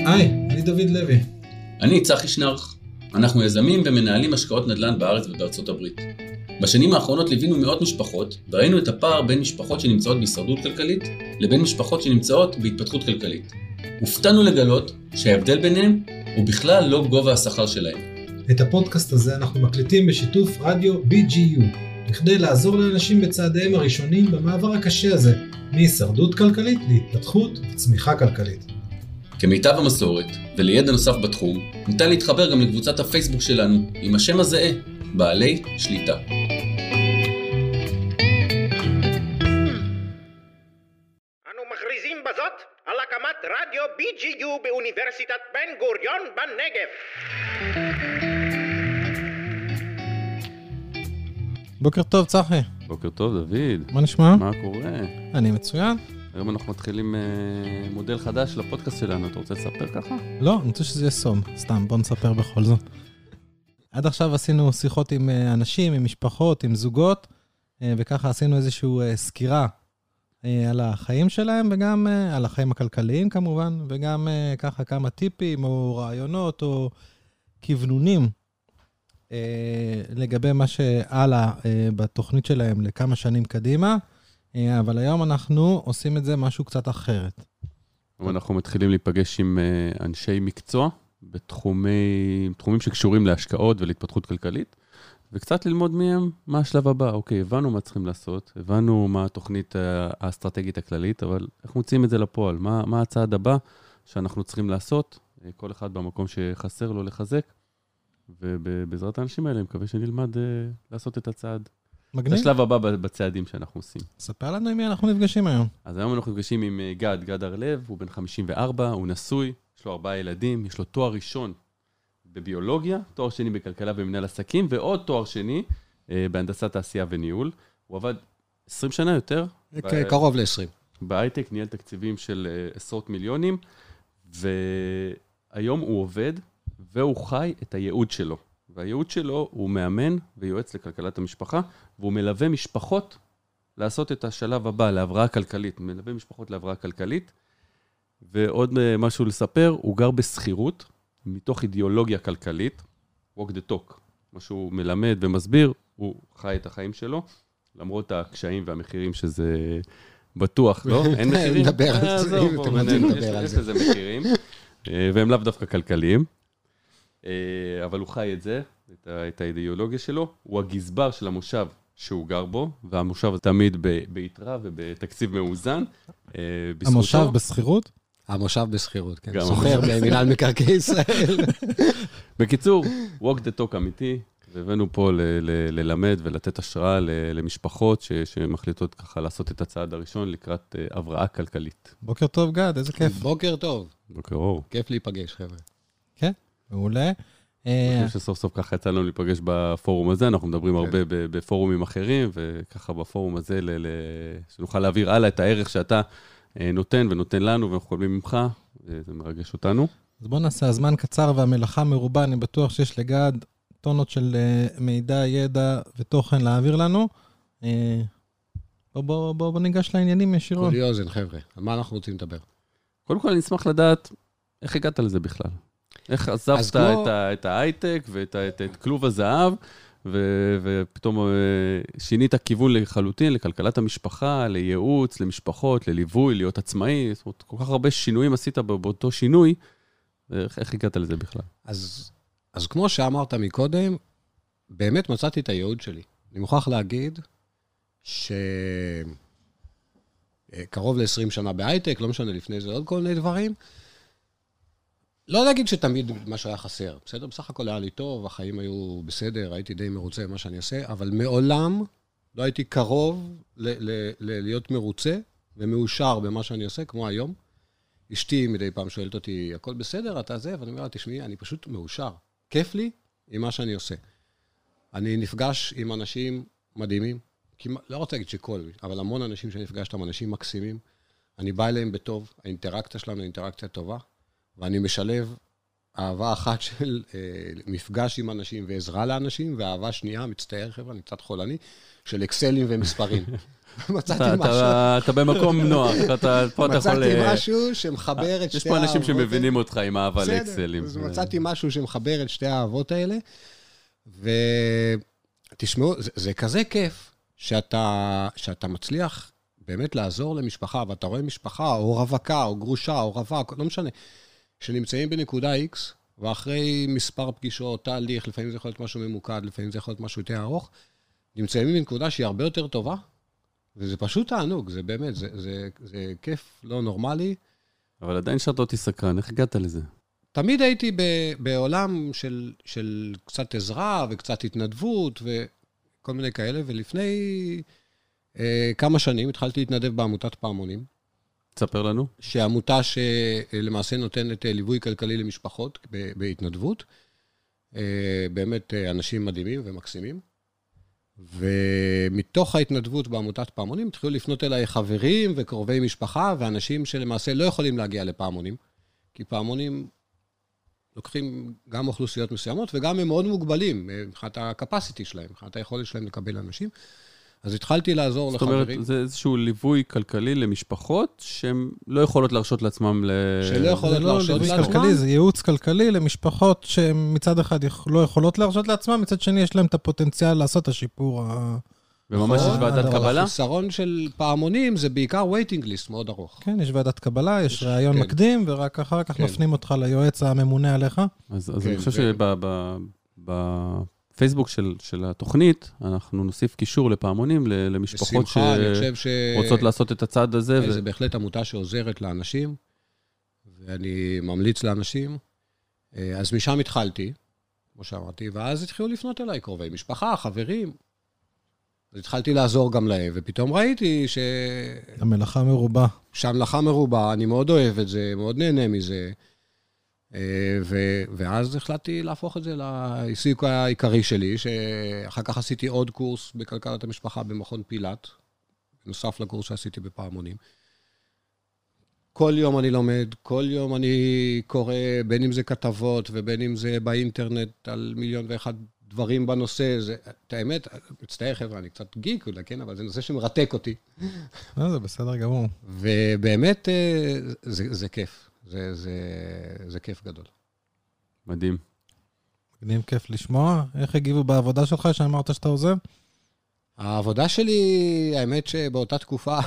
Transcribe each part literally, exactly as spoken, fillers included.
היי, אני דוד לוי. אני צחי שנרח. אנחנו יזמים ומנהלים השקעות נדל"ן בארץ ובארצות הברית. בשנים האחרונות ליווינו מאות משפחות, וראינו את הפער בין משפחות שנמצאות בהישרדות כלכלית, לבין משפחות שנמצאות בהתפתחות כלכלית. הופתענו לגלות שההבדל ביניהם הוא בכלל לא גובה השכר שלהם. את הפודקאסט הזה אנחנו מקליטים בשיתוף רדיו בי ג'י יו, בכדי לעזור לאנשים בצעדיהם הראשונים במעבר הקשה הזה, מהישרדות כלכלית להתפתחות וצמיחה כלכלית. כמיטב המסורת, ולידע נוסף בתחום, ניתן להתחבר גם לקבוצת הפייסבוק שלנו, עם השם הזהה, בעלי שליטה. אנו מכריזים בזאת על הקמת רדיו בי ג'י יו באוניברסיטת בן גוריון בנגב. בוקר טוב, צחי. בוקר טוב, דוד. מה נשמע? מה קורה? אני מצוין. היום אנחנו מתחילים אה, מודל חדש לפודקאסט שלנו. אתה רוצה לספר ככה? לא, אני רוצה שזה יהיה סום. סתם, בוא נספר בכל זאת. עד עכשיו עשינו שיחות עם אנשים, עם משפחות, עם זוגות, וככה עשינו איזושהי סקירה על החיים שלהם, וגם על החיים הכלכליים כמובן, וגם ככה כמה טיפים או רעיונות או כיוונונים לגבי מה שעלה בתוכנית שלהם לכמה שנים קדימה, אבל היום אנחנו עושים את זה משהו קצת אחרת. אנחנו מתחילים להיפגש עם אנשי מקצוע, בתחומי, תחומים שקשורים להשקעות ולהתפתחות כלכלית, וקצת ללמוד מהם מה השלב הבא. אוקיי, הבנו מה צריכים לעשות, הבנו מה התוכנית האסטרטגית הכללית, אבל איך מוצאים את זה לפועל? מה, מה הצעד הבא שאנחנו צריכים לעשות? כל אחד במקום שחסר לו לחזק, ובעזרת האנשים האלה, אני מקווה שנלמד לעשות את הצעד. מגניב. השלב הבא בצעדים שאנחנו עושים. ספר לנו עם מי אנחנו נפגשים היום. אז היום אנחנו נפגשים עם גד, גד הרלב, הוא בן חמישים וארבע, הוא נשוי, יש לו ארבעה ילדים, יש לו תואר ראשון בביולוגיה, תואר שני בכלכלה ומנהל עסקים, ועוד תואר שני אה, בהנדסת תעשייה וניהול. הוא עבד עשרים שנה יותר. קרוב ל-עשרים. בהייטק, ניהל תקציבים של אה, עשרות מיליונים, והיום הוא עובד, והוא חי את הייעוד שלו. והייעוד שלו הוא מאמן ויועץ לכלכלת המשפחה, והוא מלווה משפחות לעשות את השלב הבא, להבראה כלכלית. מלווה משפחות להבראה כלכלית, ועוד משהו לספר, הוא גר בסחירות, מתוך אידיאולוגיה כלכלית, walk the talk, מה שהוא מלמד ומסביר, הוא חי את החיים שלו, למרות הקשיים והמחירים שזה בטוח, לא? אין מחירים? נדבר על זה, אם אתם רוצים לדבר על זה. יש לזה מחירים, והם לאו דווקא כלכליים, אבל הוא חי את זה, את האידיאולוגיה שלו, הוא הגזבר של המושב שהוא גר בו, והמושב תמיד ביתרה ובתקציב מאוזן. המושב בסחירות? המושב בסחירות, כן. סוחר במינהל מקרקעי ישראל. בקיצור, walk the talk אמיתי, והבאנו פה ללמד ולתת השראה למשפחות שמחליטות ככה לעשות את הצעד הראשון לקראת הבראה כלכלית. בוקר טוב, גד, איזה כיף. בוקר טוב. בוקר אור. כיף להיפגש, חבר'ה. כן, מעולה. אני חושב שסוף סוף ככה יצא לנו להיפגש בפורום הזה, אנחנו מדברים הרבה בפורומים אחרים, וככה בפורום הזה שנוכל להעביר הלאה את הערך שאתה נותן ונותן לנו, ואנחנו קובלים ממך, זה מרגש אותנו. אז בוא נעשה, הזמן קצר והמלאכה מרובה, אני בטוח שיש לגד טונות של מידע, ידע ותוכן להעביר לנו. בוא, בוא, בוא, בוא ניגש לעניינים ישירות. כולי אוזן, חבר'ה, על מה אנחנו רוצים לדבר? קודם כל, אני אשמח לדעת איך הגעת לזה בכלל. איך עזבת כמו... את, ה, את ההייטק ואת את, את כלוב הזהב, ו, ופתאום שינית כיוון לחלוטין, לכלכלת המשפחה, לייעוץ, למשפחות, לליווי, להיות עצמאי. זאת אומרת, כל כך הרבה שינויים עשית באותו שינוי, ואיך איך הגעת לזה בכלל? אז, אז כמו שאמרת מקודם, באמת מצאתי את הייעוד שלי. אני מוכרח להגיד שקרוב ל-עשרים שנה בהייטק, לא משנה לפני זה עוד כל מיני דברים, לא להגיד שתמיד משהו היה חסר, בסדר? בסך הכל היה לי טוב, החיים היו בסדר, הייתי די מרוצה במה שאני עושה, אבל מעולם לא הייתי קרוב ל- ל- ל- להיות מרוצה ומאושר במה שאני עושה, כמו היום. אשתי מדי פעם שואלת אותי, הכל בסדר, אתה זה? ואני אומר לה, תשמעי, אני פשוט מאושר. כיף לי עם מה שאני עושה. אני נפגש עם אנשים מדהימים, לא רוצה להגיד שכל, אבל המון אנשים שנפגש איתם, אנשים מקסימים. אני בא אליהם בטוב, האינטראקציה שלנו היא אינטראקציה טובה. ואני משלב אהבה אחת של אה, מפגש עם אנשים ועזרה לאנשים, ואהבה שנייה, מצטער חבר'ה, אני קצת חולני, של אקסלים ומספרים. מצאתי משהו... אתה במקום נוח, פה אתה יכול... מצאתי משהו שמחבר את שתי האהבות. יש פה אנשים שמבינים אותך עם אהבה לאקסלים. בסדר, אז מצאתי משהו שמחבר את שתי האהבות האלה, ותשמעו, זה כזה כיף שאתה מצליח באמת לעזור למשפחה, ואתה רואה משפחה, או רווקה, או גרושה, או רווק, לא משנה, שנמצאים בנקודה X, ואחרי מספר פגישות, תהליך, לפעמים זה יכול להיות משהו ממוקד, לפעמים זה יכול להיות משהו יותר ארוך, נמצאים בנקודה שהיא הרבה יותר טובה, וזה פשוט תענוג, זה באמת, זה, זה, זה כיף לא נורמלי. אבל עדיין שאתה אותי סקרן, איך הגעת לזה? תמיד הייתי ב, בעולם של, של קצת עזרה, וקצת התנדבות, וכל מיני כאלה, ולפני אה, כמה שנים התחלתי להתנדב בעמותת פעמונים. תספר לנו. שעמותה שלמעשה נותנת ליווי כלכלי למשפחות בהתנדבות. באמת אנשים מדהימים ומקסימים. ומתוך ההתנדבות בעמותת פעמונים, התחילו לפנות אליי חברים וקרובי משפחה, ואנשים שלמעשה לא יכולים להגיע לפעמונים, כי פעמונים לוקחים גם אוכלוסיות מסוימות, וגם הם מאוד מוגבלים, מבחינת הקפסיטי שלהם, מבחינת היכולת שלהם לקבל אנשים. אז התחלתי לעזור לחברים. זאת אומרת, זה איזשהו ליווי כלכלי למשפחות, שהן לא יכולות להרשות לעצמם ל... שלא יכולות להרשות לעצמם. זה ייעוץ כלכלי למשפחות שמצד אחד לא יכולות להרשות לעצמם, מצד שני יש להם את הפוטנציאל לעשות את השיפור. וממש יש ועדת קבלה? החיסרון של פעמונים זה בעיקר waiting list מאוד ארוך. כן, יש ועדת קבלה, יש ראיון מקדים, ורק אחר כך מפנים אותך ליועץ הממונה עליך. אז אני חושב שבפייסבוק של התוכנית, אנחנו נוסיף קישור לפעמונים, למשפחות שרוצות לעשות את הצעד הזה. זה בהחלט עמותה שעוזרת לאנשים, ואני ממליץ לאנשים. אז משם התחלתי, כמו שאמרתי, ואז התחילו לפנות אליי קרובי משפחה, חברים. אז התחלתי לעזור גם להם, ופתאום ראיתי ש... המלאכה מרובה. שהמלאכה מרובה, אני מאוד אוהב את זה, מאוד נהנה מזה. ו... ואז החלטתי להפוך את זה לעיסוק העיקרי שלי, שאחר כך עשיתי עוד קורס בכלכלת המשפחה במכון פילת, נוסף לקורס שעשיתי בפעמונים. כל יום אני לומד, כל יום אני קורא, בין אם זה כתבות ובין אם זה באינטרנט על מיליון ואחד דברים בנושא. זה, את האמת, מצטער חבר'ה, אני קצת גיק אולי, כן, אבל זה נושא שמרתק אותי. זה בסדר גמור. ובאמת, זה, זה כיף. זה, זה, זה כיף גדול. מדהים. מדהים, כיף לשמוע. איך הגיבו בעבודה שלך שאמרת שאתה עוזב? העבודה שלי, האמת שבאותה תקופה,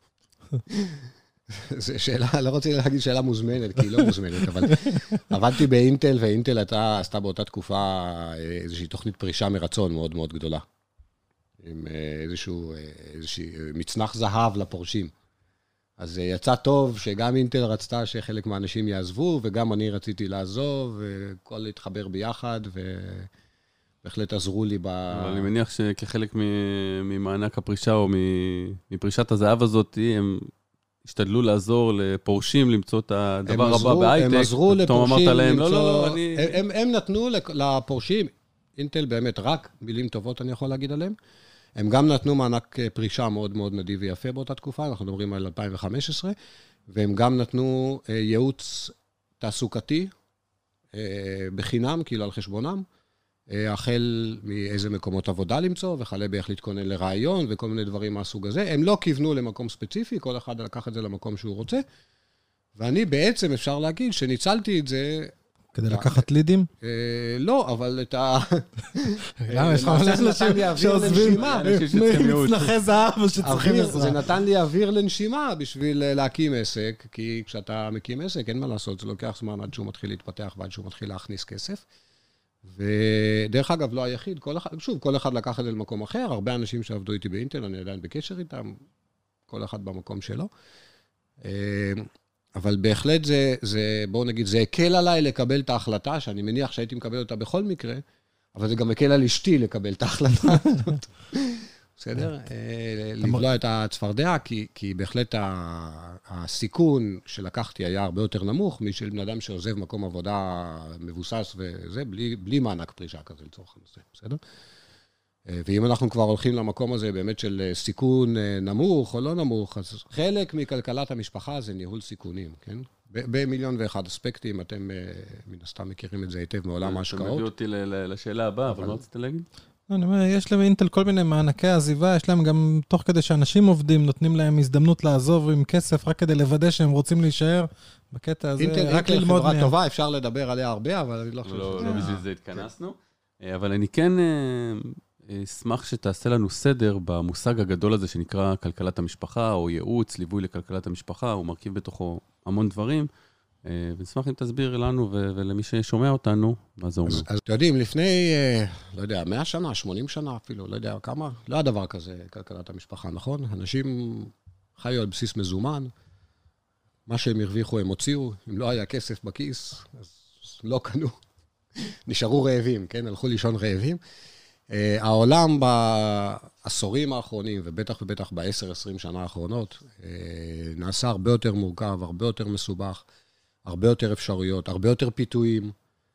זו שאלה, לא רוצה להגיד שאלה מוזמנת, כי היא לא מוזמנת, אבל עבדתי באינטל, ואינטל הייתה, עשתה באותה תקופה איזושהי תוכנית פרישה מרצון מאוד מאוד גדולה. עם איזשהו, איזשהו מצנח זהב לפורשים. אז יצא טוב שגם אינטל רצתה שחלק מהאנשים יעזבו, וגם אני רציתי לעזוב, וכל להתחבר ביחד, ובהחלט עזרו לי ב... אבל אני מניח שכחלק ממענק הפרישה, או מפרישת הזהב הזאת, הם השתדלו לעזור לפורשים למצוא את הדבר הבא בהייטק. הם עזרו לפורשים להם, למצוא... לא, לא, אני... הם, הם נתנו לפורשים, אינטל באמת רק מילים טובות אני יכול להגיד עליהם, הם גם נתנו מענק פרישה מאוד מאוד נדיב ויפה באותה תקופה, אנחנו מדברים על אלפיים וחמש עשרה, והם גם נתנו ייעוץ תעסוקתי בחינם, כאילו על חשבונם, החל מאיזה מקומות עבודה למצוא, וחלה באיך להתכונן לרעיון, וכל מיני דברים מהסוג הזה. הם לא כיוונו למקום ספציפי, כל אחד לקח את זה למקום שהוא רוצה, ואני בעצם אפשר להגיד שניצלתי את זה... כדי לקחת לידים? לא, אבל את ה... למה, יש לך אנשים שעוזבים, מצנחי זהב שצריכים עזרה. זה נתן לי אוויר לנשימה בשביל להקים עסק, כי כשאתה מקים עסק, אין מה לעשות, זה לוקח זמן עד שהוא מתחיל להתפתח ועד שהוא מתחיל להכניס כסף. ודרך אגב, לא היחיד, כל אחד, שוב, כל אחד לקח את זה למקום אחר, הרבה אנשים שעבדו איתי באינטל, אני עדיין בקשר איתם, כל אחד במקום שלו. אבל בהחלט זה, זה, בואו נגיד, זה הקל עליי לקבל את ההחלטה, שאני מניח שהייתי מקבל אותה בכל מקרה, אבל זה גם הקל על אשתי לקבל את ההחלטה הזאת. בסדר? לבלוע את הצפרדע, כי, כי בהחלט הסיכון שלקחתי היה הרבה יותר נמוך, משל בן אדם שעוזב מקום עבודה מבוסס וזה, בלי, בלי מענק פרישה כזה לצורך הנושא, בסדר? ואם אנחנו כבר הולכים למקום הזה באמת של סיכון נמוך או לא נמוך, אז חלק מכלכלת המשפחה זה ניהול סיכונים, כן? במיליון ואחד אספקטים, אתם מן הסתם מכירים את זה היטב מעולם ההשקעות. אתה מביא אותי לשאלה הבאה, אבל מה רצית להגיד? אני אומר, יש לאינטל כל מיני מענקי עזיבה, יש להם גם, תוך כדי שאנשים עובדים, נותנים להם הזדמנות לעזוב עם כסף, רק כדי לוודא שהם רוצים להישאר בקטע הזה, אינטל, רק אינטל ללמוד חברה מהם. טובה, אפשר לדבר עליה הרבה, אבל אני לא חושב לא, שזה... לא בשביל זה התכנסנו. אבל אני כן אשמח שתעשה לנו סדר במושג הגדול הזה שנקרא כלכלת המשפחה, או ייעוץ, ליווי לכלכלת המשפחה, הוא מרכיב בתוכו המון דברים, ונשמח אם תסביר לנו ולמי ששומע אותנו, מה זה אומר. אז, אז אתם יודעים, לפני, לא יודע, מאה שנה, שמונים שנה אפילו, לא יודע כמה, לא היה דבר כזה, כלכלת המשפחה, נכון? אנשים חיו על בסיס מזומן, מה שהם הרוויחו הם הוציאו, אם לא היה כסף בכיס, אז לא קנו, נשארו רעבים, כן? הלכו לישון רעבים. Uh, העולם בעשורים האחרונים, ובטח ובטח ב-עשר עשרים שנה האחרונות, uh, נעשה הרבה יותר מורכב, הרבה יותר מסובך, הרבה יותר אפשרויות, הרבה יותר פיתויים,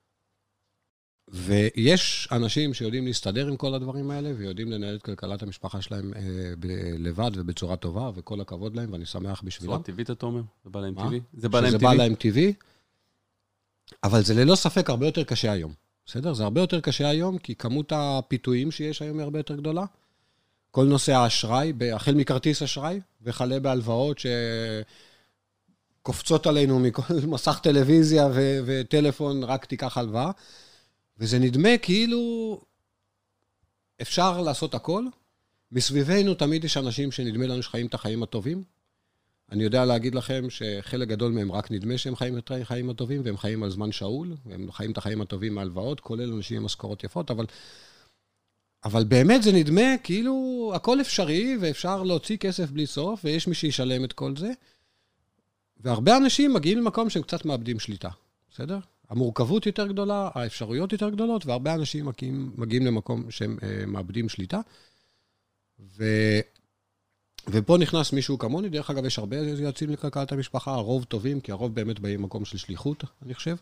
ויש אנשים שיודעים להסתדר עם כל הדברים האלה, ויודעים לנהל את כלכלת המשפחה שלהם uh, ב- לבד ובצורה טובה, וכל הכבוד להם, ואני שמח בשבילם. צורה טבעית, אתה אומר? זה בא להם מה? טבעי? זה בא להם שזה טבעי? בא להם טבעי, אבל זה ללא ספק הרבה יותר קשה היום. בסדר? זה הרבה יותר קשה היום, כי כמות הפיתויים שיש היום היא הרבה יותר גדולה. כל נושא האשראי, החל מכרטיס אשראי, וכלה בהלוואות שקופצות עלינו מכל מסך טלוויזיה ו- וטלפון, רק תיקח הלוואה. וזה נדמה כאילו אפשר לעשות הכל. מסביבנו תמיד יש אנשים שנדמה לנו שחיים את החיים הטובים. אני יודע להגיד לכם שחלק גדול מהם רק נדמה שהם חיים את החיים הטובים, והם חיים על זמן שאול, והם חיים את החיים הטובים מהלוואות, כולל אנשים עם משכורות יפות, אבל, אבל באמת זה נדמה כאילו הכל אפשרי, ואפשר להוציא כסף בלי סוף, ויש מי שישלם את כל זה, והרבה אנשים מגיעים למקום שהם קצת מאבדים שליטה, בסדר? המורכבות יותר גדולה, האפשרויות יותר גדולות, והרבה אנשים מגיעים, מגיעים למקום שהם אה, מאבדים שליטה, ו... ופה נכנס מישהו כמוני, דרך אגב, יש הרבה יועצים לכלכלת המשפחה, הרוב טובים, כי הרוב באמת באים במקום של שליחות, אני חושב.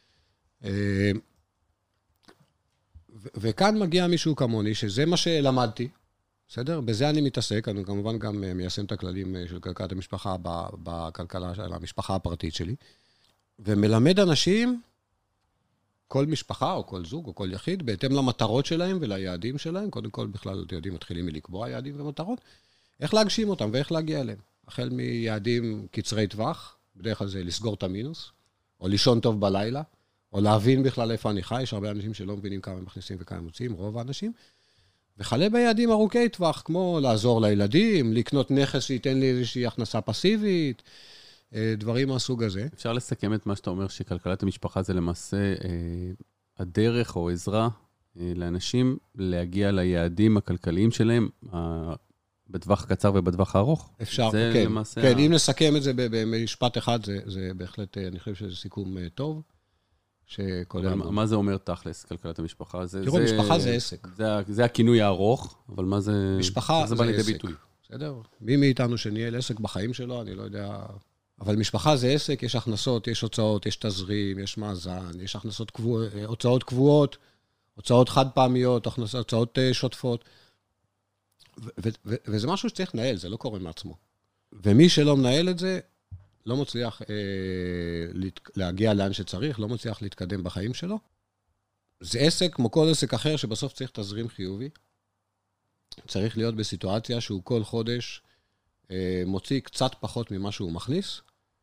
וכאן מגיע מישהו כמוני, שזה מה שלמדתי, בסדר? בזה אני מתעסק, אני כמובן גם מיישם את הכללים של כלכלת המשפחה בכלכלה של המשפחה הפרטית שלי, ומלמד אנשים, כל משפחה או כל זוג או כל יחיד, בהתאם למטרות שלהם וליעדים שלהם, קודם כל בכלל, אתם יודעים, מתחילים מלקבוע יעדים ומטרות, איך להגשים אותם ואיך להגיע אליהם. החל מיעדים קצרי טווח, בדרך כלל זה לסגור את המינוס, או לישון טוב בלילה, או להבין בכלל איפה אני חי, יש הרבה אנשים שלא מבינים כמה הם מכניסים וכמה הם מוצאים, רוב האנשים, וחלה ביעדים ארוכי טווח, כמו לעזור לילדים, לקנות נכס שייתן לי איזושהי הכנסה פסיבית, דברים מהסוג הזה. אפשר לסכם את מה שאתה אומר, שכלכלת המשפחה זה למעשה אה, הדרך או עזרה אה, לאנשים להגיע ליעדים הכלכליים שלהם, אה, בטווח קצר ובטווח הארוך. אפשר, זה כן. למעשה כן, ה... אם נסכם את זה במשפט אחד, זה, זה בהחלט, אני חושב שזה סיכום טוב. אבל מה זה אומר תכלס, כלכלת המשפחה? זה, תראו, זה, משפחה זה עסק. זה, זה הכינוי הארוך, אבל מה זה... משפחה זה, זה זה עסק. ביטוי? בסדר? מי מאיתנו שניהל עסק בחיים שלו, אני לא יודע... אבל משפחה זה עסק, יש הכנסות, יש הוצאות, יש תזרים, יש מאזן, יש הכנסות קבוע, הוצאות קבועות, הוצאות חד פעמיות, הוצאות שוטפות. ו- ו- ו- וזה משהו שצריך לנהל, זה לא קורה מעצמו. ומי שלא מנהל את זה, לא מצליח אה, להת... להגיע לאן שצריך, לא מצליח להתקדם בחיים שלו. זה עסק, כמו כל עסק אחר, שבסוף צריך תזרים חיובי. צריך להיות בסיטואציה שהוא כל חודש אה, מוציא קצת פחות ממה שהוא מכניס,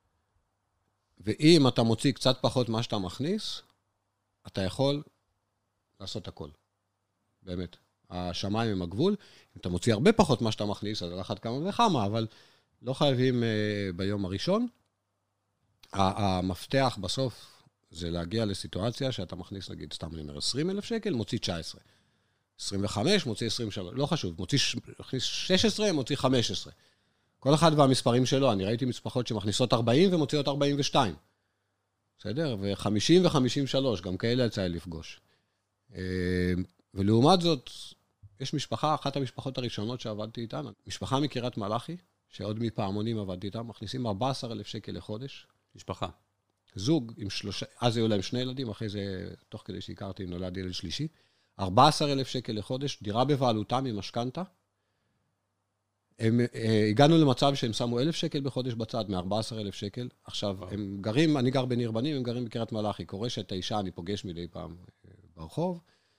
ואם אתה מוציא קצת פחות ממה שאתה מכניס, אתה יכול לעשות הכל. באמת. השמיים הם הגבול. אם אתה מוציא הרבה פחות מה שאתה מכניס, אז על אחת כמה וכמה, אבל לא חייבים uh, ביום הראשון. המפתח בסוף זה להגיע לסיטואציה שאתה מכניס, נגיד, סתם אני אומר, עשרים אלף שקל, מוציא תשע עשרה. עשרים וחמש, מוציא עשרים ושלוש. לא חשוב, מוציא מכניס שש עשרה, מוציא חמש עשרה. כל אחד והמספרים שלו. אני ראיתי משפחות שמכניסות ארבעים ומוציאות ארבעים ושתיים. בסדר? ו-חמישים ו-חמישים ושלוש, גם כאלה יצא לי לפגוש. ולעומת זאת, יש משפחה, אחת המשפחות הראשונות שעבדתי איתן, משפחה מקריית מלאכי, שעוד מפעמונים עבדתי איתם, מכניסים ארבעה עשר אלף שקל לחודש. משפחה. זוג עם שלושה, אז היו להם שני ילדים, אחרי זה, תוך כדי שהכרתי, נולד ילד שלישי. ארבעה עשר אלף שקל לחודש, דירה בבעלותם עם משכנתה. הם, אה, הגענו למצב שהם שמו אלף שקל בחודש בצד, מ-ארבעה עשר אלף שקל. עכשיו, וואו. הם גרים, אני גר בניר בנים, הם גרים בקריית מלאכי. קורא שאת האישה אני פוגש מדי פעם ברחוב,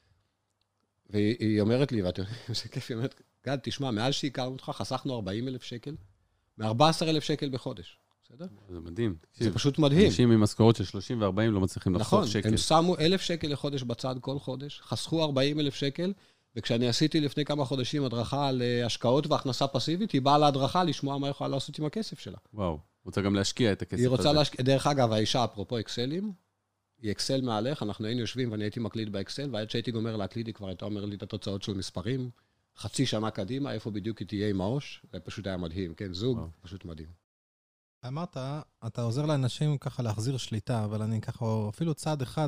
והיא אומרת לי, ואתם יודעים, זה כיף, היא אומרת, גד, תשמע, מאז שהכרנו אותך, חסכנו ארבעים אלף שקל, מ-ארבעה עשר אלף שקל בחודש. בסדר? זה מדהים. זה פשוט מדהים. אנשים עם משכורות של שלושים וארבעים לא מצליחים לחסוך שקל. נכון, הם שמו אלף שקל לחודש בצד כל חודש, חסכו ארבעים אלף שקל, וכשאני עשיתי לפני כמה חודשים הדרכה על השקעות והכנסה פסיבית, היא באה להדרכה לשמוע מה יכולה לעשות עם הכסף שלה. וואו, רוצה גם להשקיע את הכסף הזה. היא רוצה להשקיע, דרך אגב, האישה, אפרופו אקסלים, היא אקסל מעליך, אנחנו היינו יושבים ואני הייתי מקליד באקסל, ועד שהייתי גומר להקליד, היא כבר הייתה אומר לי את התוצאות של מספרים, חצי שנה קדימה, איפה בדיוק היא תהיה עם העו"ש, זה פשוט היה מדהים, כן, זוג, וואו. פשוט מדהים. אמרת, אתה עוזר לאנשים ככה להחזיר שליטה, אבל אני ככה, אפילו צעד אחד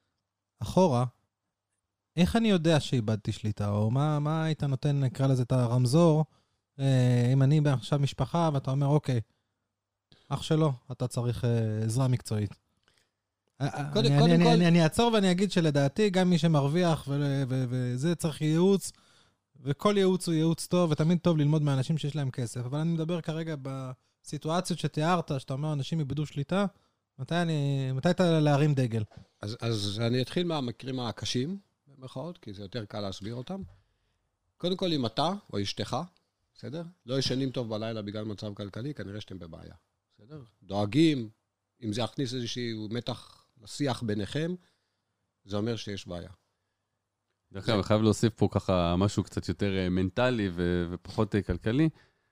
אחורה, איך אני יודע שאיבדתי שליטה, או מה, מה היית נותן, נקרא לזה את הרמזור, אה, אם אני עכשיו משפחה, ואתה אומר, אוקיי, אח שלו, אתה צריך אה, עזרה מקצועית. קודם, אני, קודם אני, כל... אני, אני אעצור ואני אגיד שלדעתי, גם מי שמרוויח ו- ו- וזה צריך ייעוץ, וכל ייעוץ הוא ייעוץ טוב, ותמיד טוב ללמוד מאנשים שיש להם כסף. אבל אני מדבר כרגע בסיטואציות שתיארת, שאתה אומר, אנשים איבדו שליטה, מתי אני, מתי אתה להרים דגל? אז, אז אני אתחיל מהמקרים הקשים, במרכאות, כי זה יותר קל להסביר אותם. קודם כל, אם אתה או אשתך, בסדר? לא ישנים טוב בלילה בגלל מצב כלכלי, כנראה שאתם בבעיה. בסדר? דואגים, אם זה יכניס איזשהו מתח לשיח ביניכם, זה אומר שיש בעיה. דרך אגב, אני חייב להוסיף פה ככה משהו קצת יותר מנטלי ו- ופחות כלכלי.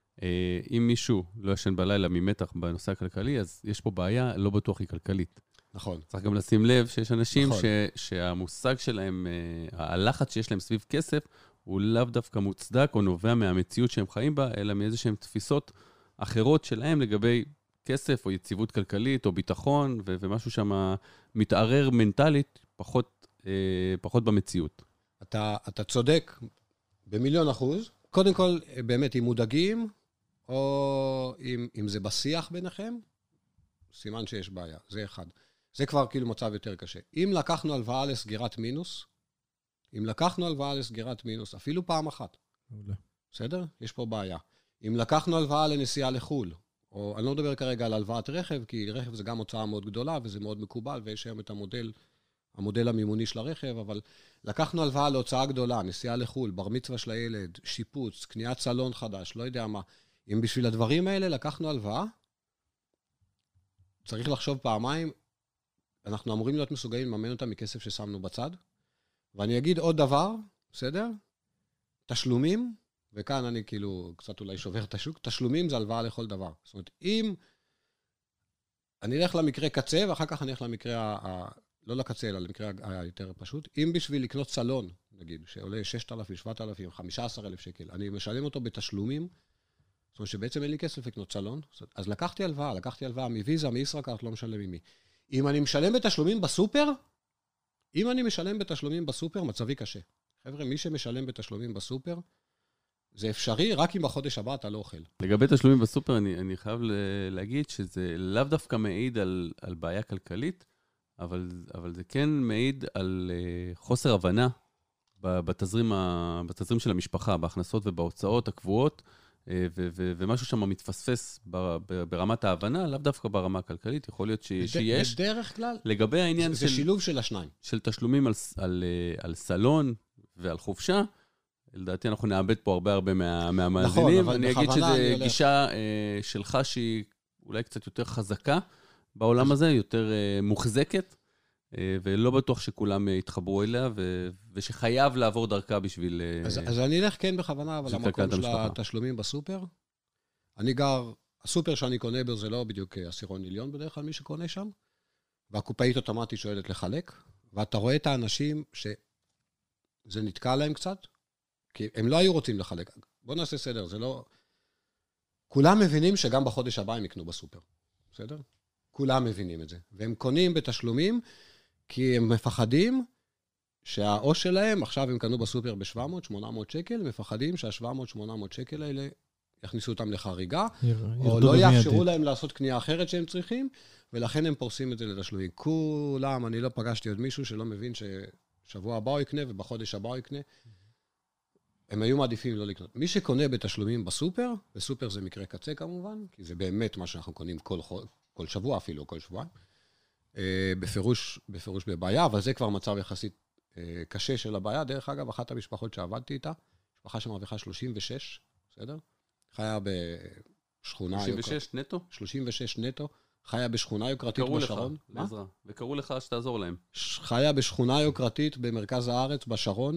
אם מישהו לא ישן בלילה ממתח בנושא הכלכלי, אז יש פה בעיה, לא בטוח היא כלכלית. נכון. צריך גם לשים לב שיש אנשים נכון. ש, שהמושג שלהם, הלחץ שיש להם סביב כסף, הוא לאו דווקא מוצדק או נובע מהמציאות שהם חיים בה, אלא מאיזשהם תפיסות אחרות שלהם לגבי כסף או יציבות כלכלית או ביטחון, ו, ומשהו שם מתערער מנטלית, פחות, אה, פחות במציאות. אתה, אתה צודק במיליון אחוז. קודם כל, באמת, אם מודאגים, או אם, אם זה בשיח ביניכם, סימן שיש בעיה. זה אחד. זה כבר כאילו מצב יותר קשה. אם לקחנו הלוואה לסגירת מינוס, אם לקחנו הלוואה לסגירת מינוס, אפילו פעם אחת, בסדר? יש פה בעיה. אם לקחנו הלוואה לנסיעה לחול, או אני לא מדבר כרגע על הלוואת רכב, כי רכב זה גם הוצאה מאוד גדולה, וזה מאוד מקובל, ויש היום את המודל, המודל המימוני של הרכב, אבל לקחנו הלוואה להוצאה גדולה, נסיעה לחול, בר מצווה של הילד, שיפוץ, קניית סלון חדש, לא יודע מה. אם בשביל הדברים האלה לקחנו הלוואה, צריך לחשוב פעמיים, אנחנו אמורים להיות מסוגלים לממן אותם מכסף ששמנו בצד. ואני אגיד עוד דבר, בסדר? תשלומים, וכאן אני כאילו קצת אולי שובר את השוק, תשלומים זה הלוואה לכל דבר. זאת אומרת, אם אני אלך למקרה קצה, ואחר כך אני אלך למקרה, ה... לא לקצה, אלא למקרה היותר פשוט, אם בשביל לקנות סלון, נגיד, שעולה ששת אלפים, שבעת אלפים, חמישה עשר אלף שקל, אני משלם אותו בתשלומים, זאת אומרת שבעצם אין לי כסף לקנות סלון, אז לקחתי הלוואה, לקחתי הלוואה מוויזה, מישראכרט, לא משלם ממי. אם אני משלם בתשלומים בסופר, אם אני משלם בתשלומים בסופר, מצבי קשה. חבר'ה, מי שמשלם בתשלומים בסופר, זה אפשרי, רק אם בחודש הבא אתה לא אוכל. לגבי תשלומים בסופר, אני, אני חייב להגיד שזה לאו דווקא מעיד על, על בעיה כלכלית, אבל, אבל זה כן מעיד על חוסר הבנה בתזרים, בתזרים של המשפחה, בהכנסות ובהוצאות הקבועות, ו- ו- ומשהו שם מתפספס ברמת ההבנה, לאו דווקא ברמה הכלכלית, יכול להיות ש- שיש. בדרך כלל, לגבי העניין זה, של... זה שילוב של השניים. של תשלומים על, על, על סלון ועל חופשה, לדעתי אנחנו נאבד פה הרבה הרבה מה, מהמאזינים. נכון, אבל אני אגיד שזה גישה אה, שלך שהיא אולי קצת יותר חזקה בעולם הזה, יותר אה, מוחזקת, אה, ולא בטוח שכולם אה, יתחברו אליה, ו- ושחייב לעבור דרכה בשביל... אה, אז, אז אני אלך כן בכוונה, אבל המקום של התשלומים בסופר. אני גר, הסופר שאני קונה בו זה לא בדיוק עשירון עליון בדרך כלל מי שקונה שם, והקופאית אוטומטית שואלת לחלק, ואתה רואה את האנשים שזה נתקע להם קצת, כי הם לא היו רוצים לחלק. בוא נעשה סדר, זה לא... כולם מבינים שגם בחודש הבא הם יקנו בסופר, בסדר? כולם מבינים את זה. והם קונים בתשלומים, כי הם מפחדים שהעו"ש שלהם, עכשיו הם קנו בסופר ב-שבע מאות שמונה מאות שקל, מפחדים שה-שבע מאות שמונה מאות שקל האלה יכניסו אותם לחריגה, או לא יאפשרו להם לעשות קנייה אחרת שהם צריכים, ולכן הם פורסים את זה לתשלומים. כולם, אני לא פגשתי עוד מישהו שלא מבין ששבוע הבא הוא יקנה, ובחודש הבא הוא יקנה. הם היו מעדיפים לא לקנות. מי שקונה בתשלומים בסופר, בסופר זה מקרה קצה כמובן, כי זה באמת מה שאנחנו קונים כל, כל שבוע אפילו, כל שבוע. בפירוש, בפירוש בבעיה, אבל זה כבר מצב יחסית קשה של הבעיה. דרך אגב, אחת המשפחות שעבדתי איתה, משפחה שמרוויחה שלושים ושש, בסדר? חיה בשכונה... שלושים ושש נטו? שלושים ושש נטו. חיה בשכונה יוקרתית בשרון. לך, לעזרה. וקראו לך שתעזור להם. חיה בשכונה יוקרתית במרכז הארץ, בשרון.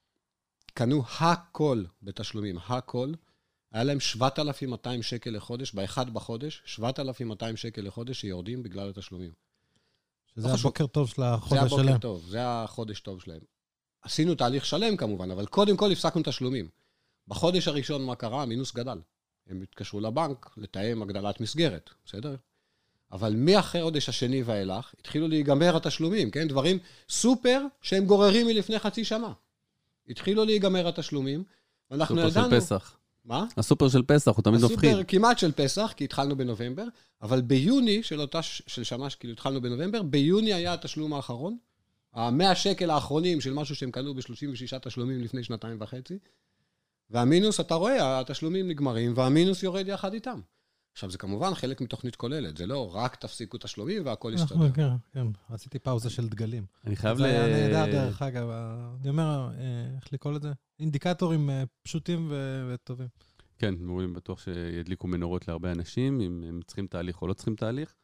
קנו הכל בתשלומים, הכל. היה להם שבעת אלפים מאתיים שקל לחודש, באחד בחודש, שבעת אלפים מאתיים שקל לחודש שיורדים בגלל התשלומים. שזה הבוקר טוב של החודש שלהם. זה הבוקר טוב, זה החודש טוב שלהם. עשינו תהליך שלם כמובן, אבל קודם כל הפסקנו תשלומים. בחודש הראשון מה קרה? המינוס גדל. הם התקשרו לבנק לתאם הגדלת מסגרת, בסדר? אבל מהחודש השני ואילך, התחילו להיגמר התשלומים, כן? דברים סופר שהם גוררים מלפני חצי שנה. התחילו להיגמר התשלומים, ואנחנו ידענו... סופר של פסח. מה? הסופר של פסח, הוא תמיד מפחיד. הסופר כמעט של פסח, כי התחלנו בנובמבר, אבל ביוני של אותה של שנה, כאילו התחלנו בנובמבר, ביוני היה התשלום האחרון, המאה שקל האחרונים של משהו שהם קנו ב-שלושים ושש תשלומים לפני שנתיים וחצי, והמינוס, אתה רואה, התשלומים נגמרים, והמינוס יורד יחד איתם. עכשיו, זה כמובן חלק מתוכנית כוללת, זה לא רק תפסיקו תשלומים והכל יסתדר. כן, כן, עשיתי פאוזה של דגלים. אני חייב ל... זה היה נהדר דרך אגב, אני אומר, איך לקרוא לזה? אינדיקטורים פשוטים וטובים. כן, מעולים בטוח שידליקו מנורות להרבה אנשים, אם הם צריכים תהליך או לא צריכים תהליך,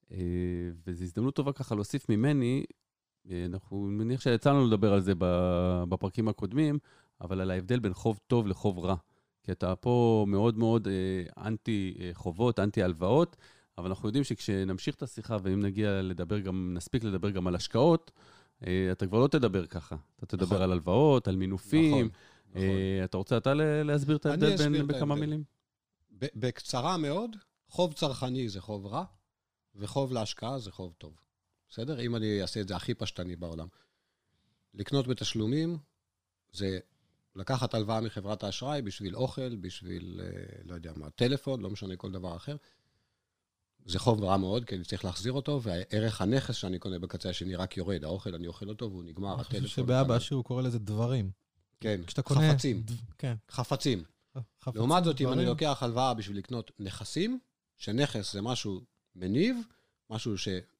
וזו הזדמנות טובה ככה להוסיף ממני, אנחנו מניח שיצאנו לדבר על זה בפרקים הקודמים, אבל על ההבדל בין חוב טוב לחוב רע. כי אתה פה מאוד מאוד אה, אנטי חובות, אנטי הלוואות, אבל אנחנו יודעים שכשנמשיך את השיחה, ואם נגיע לדבר גם, נספיק לדבר גם על השקעות, אה, אתה כבר לא תדבר ככה. אתה תדבר נכון. על הלוואות, על מינופים. נכון, נכון. אה, אתה רוצה אתה להסביר את ההבדל בין בכמה מילים? בקצרה מאוד, חוב צרכני זה חוב רע, וחוב להשקעה זה חוב טוב. בסדר? אם אני אעשה את זה הכי פשטני בעולם. לקנות בתשלומים זה... לקחת הלוואה מחברת האשראי בשביל אוכל, בשביל, לא יודע מה, טלפון, לא משנה כל דבר אחר. זה חוב רע מאוד, כי אני צריך להחזיר אותו, והערך הנכס שאני קונה בקצה השני רק יורד. האוכל, אני אוכל אותו, והוא נגמר, הטלפון. אני חושב שבאבא שהוא קורא לזה דברים. כן, קונה... חפצים. ד... כן. חפצים. חפצים. לעומת זאת, אם אני לוקח הלוואה בשביל לקנות נכסים, שנכס זה משהו מניב, משהו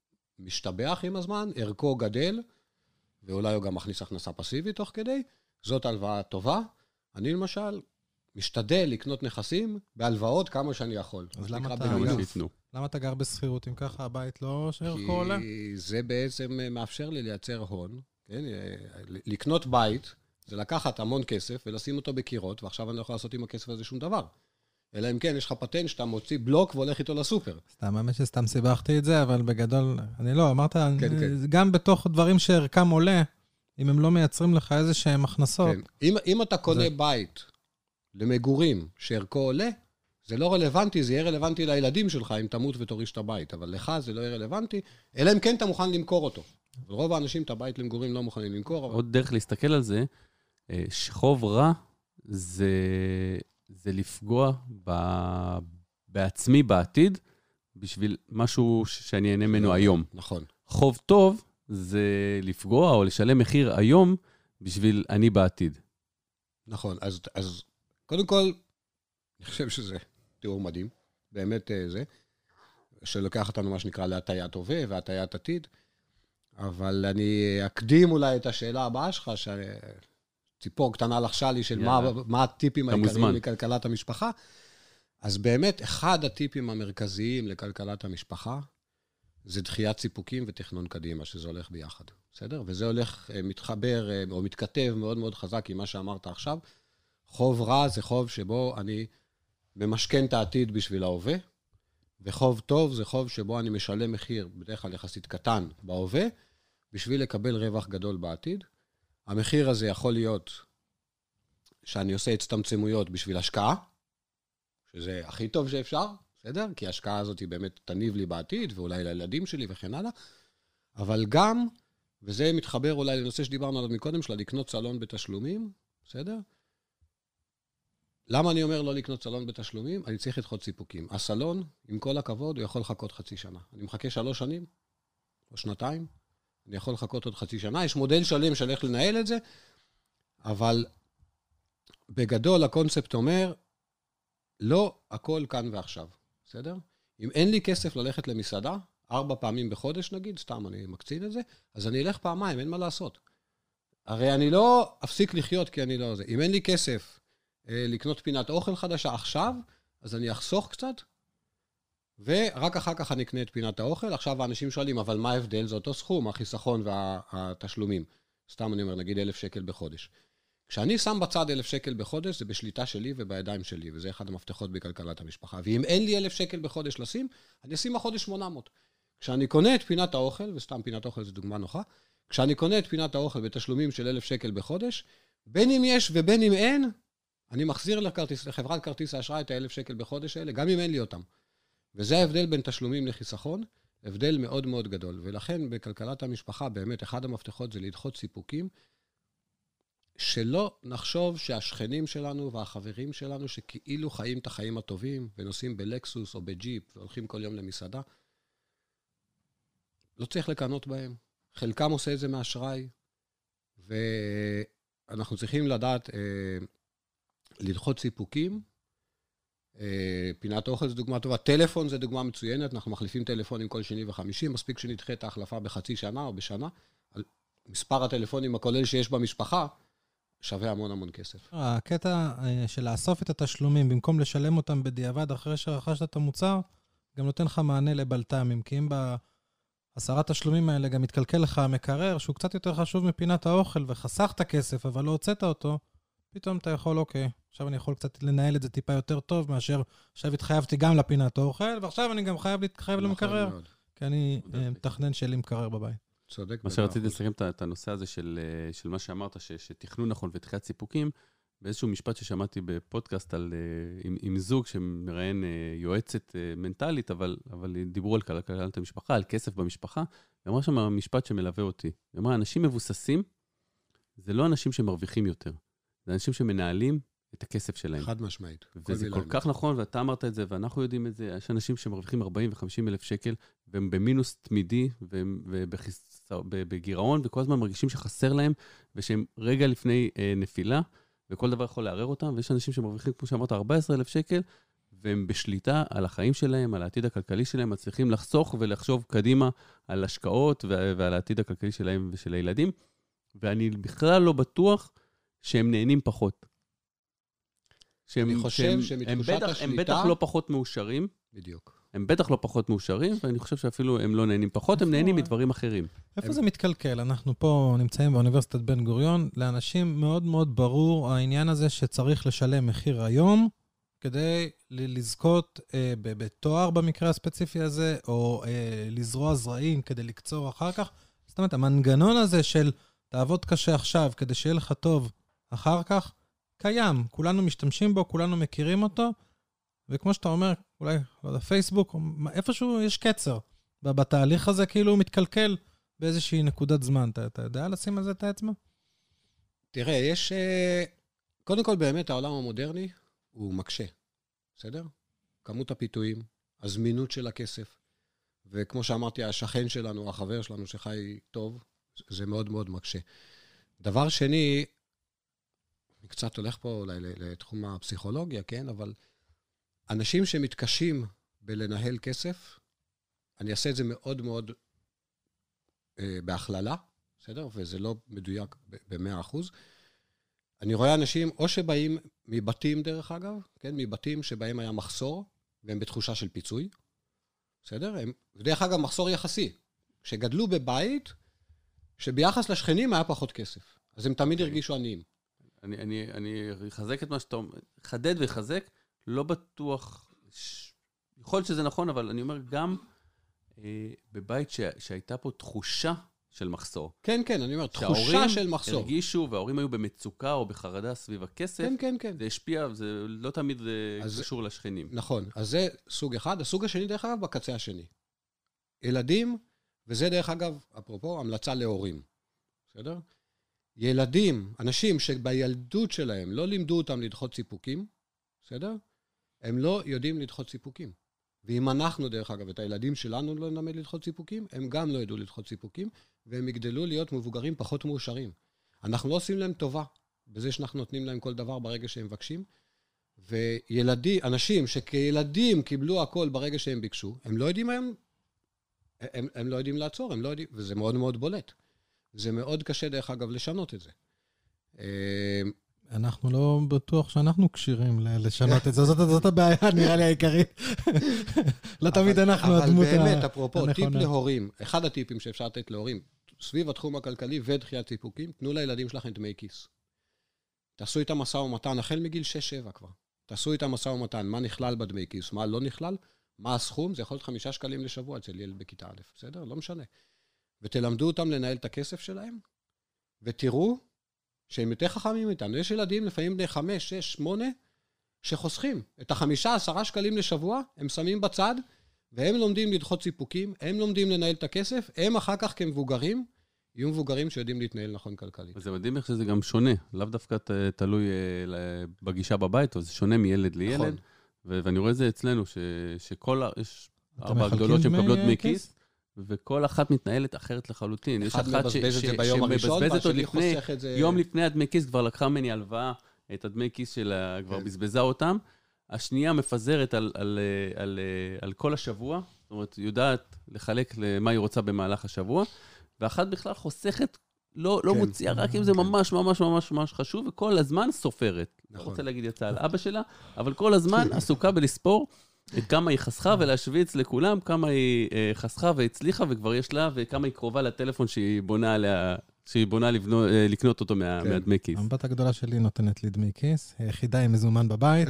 שמשתבח עם הזמן, ערכו גדל, ואולי הוא גם מכניס הכנסה פסיבית תוך כדי, זאת הלוואה טובה. אני למשל משתדל לקנות נכסים בהלוואות כמה שאני יכול. אז למה אתה, גר, למה אתה גר בסחירות אם ככה הבית לא שערכו עולה? כי זה בעצם מאפשר לי לייצר הון, כן? לקנות בית, זה לקחת המון כסף ולשים אותו בקירות, ועכשיו אני לא יכול לעשות עם הכסף הזה שום דבר. אלא אם כן, יש לך פטנט שאתה מוציא בלוק והולך איתו לסופר. סתם, האמת שסתם סיבכתי את זה, אבל בגדול, אני לא, אמרת, כן, כן. גם בתוך דברים שערכם עולה, אם הם לא מייצרים לך איזה שהם הכנסות. כן. אם, אם אתה קונה זה... בית למגורים שערכו עולה, זה לא רלוונטי, זה יהיה רלוונטי לילדים שלך אם תמות ותוריש את הבית, אבל לך זה לא יהיה רלוונטי, אלא אם כן אתה מוכן למכור אותו. רוב האנשים את הבית למגורים לא מוכנים למכור. אבל... עוד דרך להסתכל על זה, שחוב רע זה, זה לפגוע ב... בעצמי בעתיד, בשביל משהו שאני אהנה ממנו היום. נכון. חוב טוב, זה לפגוע או לשלם מחיר היום בשביל אני בעתיד. נכון, אז, אז קודם כל, אני חושב שזה תיאור מדהים, באמת זה, שלוקח אותנו מה שנקרא להטיית הווה והטיית עתיד, אבל אני אקדים אולי את השאלה הבאה שלך, שציפור קטנה לחשה לי של מה, מה הטיפים העיקריים לכלכלת המשפחה, אז באמת אחד הטיפים המרכזיים לכלכלת המשפחה, זה דחיית סיפוקים ותכנון קדימה, שזה הולך ביחד, בסדר? וזה הולך, מתחבר או מתכתב מאוד מאוד חזק עם מה שאמרת עכשיו. חוב רע זה חוב שבו אני ממשכן את העתיד בשביל ההווה, וחוב טוב זה חוב שבו אני משלם מחיר, בדרך כלל יחסית קטן בהווה, בשביל לקבל רווח גדול בעתיד. המחיר הזה יכול להיות שאני עושה הצטמצמויות בשביל השקעה, שזה הכי טוב שאפשר, בסדר? כי ההשקעה הזאת היא באמת תניב לי בעתיד, ואולי לילדים שלי וכן הלאה, אבל גם, וזה מתחבר אולי לנושא שדיברנו עליו מקודם, של לקנות סלון בתשלומים, בסדר? למה אני אומר לא לקנות סלון בתשלומים? אני צריך לדחות סיפוקים. הסלון, עם כל הכבוד, הוא יכול לחכות חצי שנה. אני מחכה שלוש שנים, או שנתיים, אני יכול לחכות עוד חצי שנה. יש מודל שלם של איך לנהל את זה, אבל בגדול הקונספט אומר, לא הכל כאן ועכשיו, בסדר? אם אין לי כסף ללכת למסעדה, ארבע פעמים בחודש נגיד, סתם אני מקצין את זה, אז אני אלך פעמיים, אין מה לעשות. הרי אני לא אפסיק לחיות כי אני לא זה. אם אין לי כסף אה, לקנות פינת אוכל חדשה עכשיו, אז אני אחסוך קצת, ורק אחר כך אני אקנה את פינת האוכל. עכשיו האנשים שואלים, אבל מה ההבדל? זה אותו סכום, החיסכון והתשלומים. סתם אני אומר, נגיד אלף שקל בחודש. כשאני שם בצד אלף שקל בחודש, זה בשליטה שלי ובידיים שלי, וזה אחד המפתחות בכלכלת המשפחה. ואם אין לי אלף שקל בחודש לשים, אני אשים בחודש שמונה מאות. כשאני קונה את פינת האוכל, וסתם פינת האוכל זו דוגמה נוחה, כשאני קונה את פינת האוכל בתשלומים של אלף שקל בחודש, בין אם יש ובין אם אין, אני מחזיר לכרטיס, לחברת כרטיס האשראי את האלף שקל בחודש האלה, גם אם אין לי אותם. וזה ההבדל בין תשלומים לחיסכון, הבדל מאוד מאוד גדול. ולכן בכלכלת המשפחה, באמת, אחד המפתחות זה לדחות סיפוקים, שלא נחשוב שהשכנים שלנו והחברים שלנו, שכאילו חיים את החיים הטובים, ונוסעים בלקסוס או בג'יפ, והולכים כל יום למסעדה, לא צריך לקנות בהם. חלקם עושה את זה מאשראי, ואנחנו צריכים לדעת אה, לדחות סיפוקים. אה, פינת אוכל זה דוגמה טובה, טלפון זה דוגמה מצוינת, אנחנו מחליפים טלפונים כל שני וחמישי, מספיק שנדחה את ההחלפה בחצי שנה או בשנה, על מספר הטלפונים הכולל שיש במשפחה, שווה המון המון כסף. הקטע של לאסוף את התשלומים, במקום לשלם אותם בדיעבד אחרי שרכשת את המוצר, גם נותן לך מענה לבלת"מים, כי אם בעשרת התשלומים האלה גם מתקלקל לך המקרר, שהוא קצת יותר חשוב מפינת האוכל, וחסכת כסף, אבל לא הוצאת אותו, פתאום אתה יכול, אוקיי, עכשיו אני יכול קצת לנהל את זה טיפה יותר טוב, מאשר עכשיו התחייבתי גם לפינת האוכל, ועכשיו אני גם חייב להתחייב למקרר, כי אני מתכנן שלי מקרר בבית. צודק. מה שרציתי לסכם את הנושא הזה של, של מה שאמרת, ש, שתכנון נכון ותחיית סיפוקים, באיזשהו משפט ששמעתי בפודקאסט על, עם, עם זוג שמראיין יועצת מנטלית, אבל, אבל דיברו על כלכלת המשפחה, על כסף במשפחה, ואמרה שם משפט שמלווה אותי. היא אמרה, אנשים מבוססים, זה לא אנשים שמרוויחים יותר, זה אנשים שמנהלים את הכסף שלהם. חד משמעית. וזה כל כך נכון, ואתה אמרת את זה, ואנחנו יודעים את זה, יש אנשים שמרוויחים ארבעים וחמישים אלף שקל, והם במינוס תמידי, ובגירעון, וכל הזמן מרגישים שחסר להם, ושהם רגע לפני נפילה, וכל דבר יכול לערער אותם, ויש אנשים שמרוויחים, כמו שאמרת, ארבעה עשר אלף שקל, והם בשליטה על החיים שלהם, על העתיד הכלכלי שלהם, מצליחים לחסוך ולחשוב קדימה על השקעות, ועל העתיד הכלכלי שלהם ושל הילדים, ואני בכלל לא בטוח שהם נהנים פחות. אני חושב שמתחושת השליטה... הם בטח לא פחות מאושרים. בדיוק. הם בטח לא פחות מאושרים, ואני חושב שאפילו הם לא נהנים פחות, הם נהנים מדברים אחרים. איפה זה מתקלקל? אנחנו פה נמצאים באוניברסיטת בן גוריון, לאנשים מאוד מאוד ברור העניין הזה שצריך לשלם מחיר היום, כדי לזכות בתואר במקרה הספציפי הזה, או לזרוע זרעים כדי לקצור אחר כך. זאת אומרת, המנגנון הזה של תעבוד קשה עכשיו כדי שיהיה לך טוב אחר כך, קיים, כולנו משתמשים בו, כולנו מכירים אותו, וכמו שאתה אומר, אולי בפייסבוק, איפשהו יש קצר, בתהליך הזה כאילו הוא מתקלקל באיזושהי נקודת זמן, אתה, אתה יודע לשים על זה את האצבע? תראה, יש, קודם כל באמת העולם המודרני הוא מקשה, בסדר? כמות הפיתויים, הזמינות של הכסף, וכמו שאמרתי, השכן שלנו, החבר שלנו שחי טוב, זה מאוד מאוד מקשה. דבר שני, אני קצת הולך פה אולי לתחום הפסיכולוגיה, כן? אבל אנשים שמתקשים בלנהל כסף, אני אעשה את זה מאוד מאוד אה, בהכללה, בסדר? וזה לא מדויק ב-מאה אחוז. אני רואה אנשים או שבאים מבתים דרך אגב, כן? מבתים שבהם היה מחסור, והם בתחושה של פיצוי, בסדר? הם, ודרך אגב, מחסור יחסי. שגדלו בבית, שביחס לשכנים היה פחות כסף. אז הם תמיד הרגישו עניים. אני, אני, אני אחזק את מה שאתה אומר, חדד וחזק, לא בטוח, ש... יכול להיות שזה נכון, אבל אני אומר גם אה, בבית ש... שהייתה פה תחושה של מחסור. כן, כן, אני אומר, תחושה של מחסור. שההורים הרגישו, וההורים היו במצוקה או בחרדה סביב הכסף. כן, כן, כן. זה השפיע, זה לא תמיד אז, קשור לשכנים. נכון, אז זה סוג אחד. הסוג השני, דרך אגב, בקצה השני. ילדים, וזה דרך אגב, אפרופו, המלצה להורים. בסדר? ילדים, אנשים שבילדות שלהם לא לימדו אותם לדחות סיפוקים, בסדר? הם לא יודעים לדחות סיפוקים. ואם אנחנו, דרך אגב, את הילדים שלנו לא נלמד לדחות סיפוקים, הם גם לא ידעו לדחות סיפוקים, והם יגדלו להיות מבוגרים פחות מאושרים. אנחנו לא עושים להם טובה. בזה שאנחנו נותנים להם כל דבר ברגע שהם מבקשים, וילדים, אנשים שכילדים קיבלו הכל ברגע שהם ביקשו, הם לא יודעים היום, הם, הם לא יודעים לעצור, הם לא יודעים, וזה מאוד מאוד בולט. זה מאוד קשה, דרך אגב, לשנות את זה. אנחנו לא בטוח שאנחנו קשירים לשנות את זה, זאת, זאת הבעיה, נראה לי העיקרית. לא תמיד אנחנו הדמות הנכונה. אבל באמת, אפרופו, טיפ להורים, אחד הטיפים שאפשר לתת להורים, סביב התחום הכלכלי ודחיית סיפוקים, תנו לילדים שלכם דמי כיס. תעשו איתם משא ומתן, החל מגיל שש שבע כבר. תעשו איתם משא ומתן, מה נכלל בדמי כיס, מה לא נכלל, מה הסכום, זה יכול להיות חמישה שקלים לשבוע אצל ילד בכיתה א', בסדר? לא משנה. ותלמדו אותם לנהל את הכסף שלהם, ותראו שהם יותר חכמים איתנו. יש ילדים, לפעמים בני חמש, שש, שמונה, שחוסכים. את החמישה, עשרה שקלים לשבוע, הם שמים בצד, והם לומדים לדחות סיפוקים, הם לומדים לנהל את הכסף, הם אחר כך כמבוגרים, יהיו מבוגרים שיודעים להתנהל נכון כלכלית. וזה מדהים איך שזה גם שונה, לאו דווקא תלוי בגישה בבית, או זה שונה מילד לילד, ואני רואה את זה אצלנו, שכל, יש ארבע הגדולות שמקבלות דמי כיס, וכל אחת מתנהלת אחרת לחלוטין. יש אחת שמבזבזת עוד לפני, יום לפני הדמי כיס כבר לקחה ממני הלוואה, את הדמי כיס שלה כבר בזבזה אותם, השנייה מפזרת על, על, על, על כל השבוע, זאת אומרת, יודעת לחלק למה היא רוצה במהלך השבוע, ואחת בכלל חוסכת, לא, לא מוציאה, רק אם זה ממש ממש ממש ממש חשוב, וכל הזמן סופרת. אני רוצה להגיד יצא על אבא שלה, אבל כל הזמן עסוקה בלספור את כמה היא חסכה ולהשוויץ לכולם, כמה היא חסכה והצליחה, וכבר יש לה, וכמה היא קרובה לטלפון שהיא בונה עליה, שהיא בונה לבנות, לקנות אותו מה, כן. מהדמי כיס. הבת הגדולה שלי נותנת לי דמי כיס, היחידה היא מזומן בבית.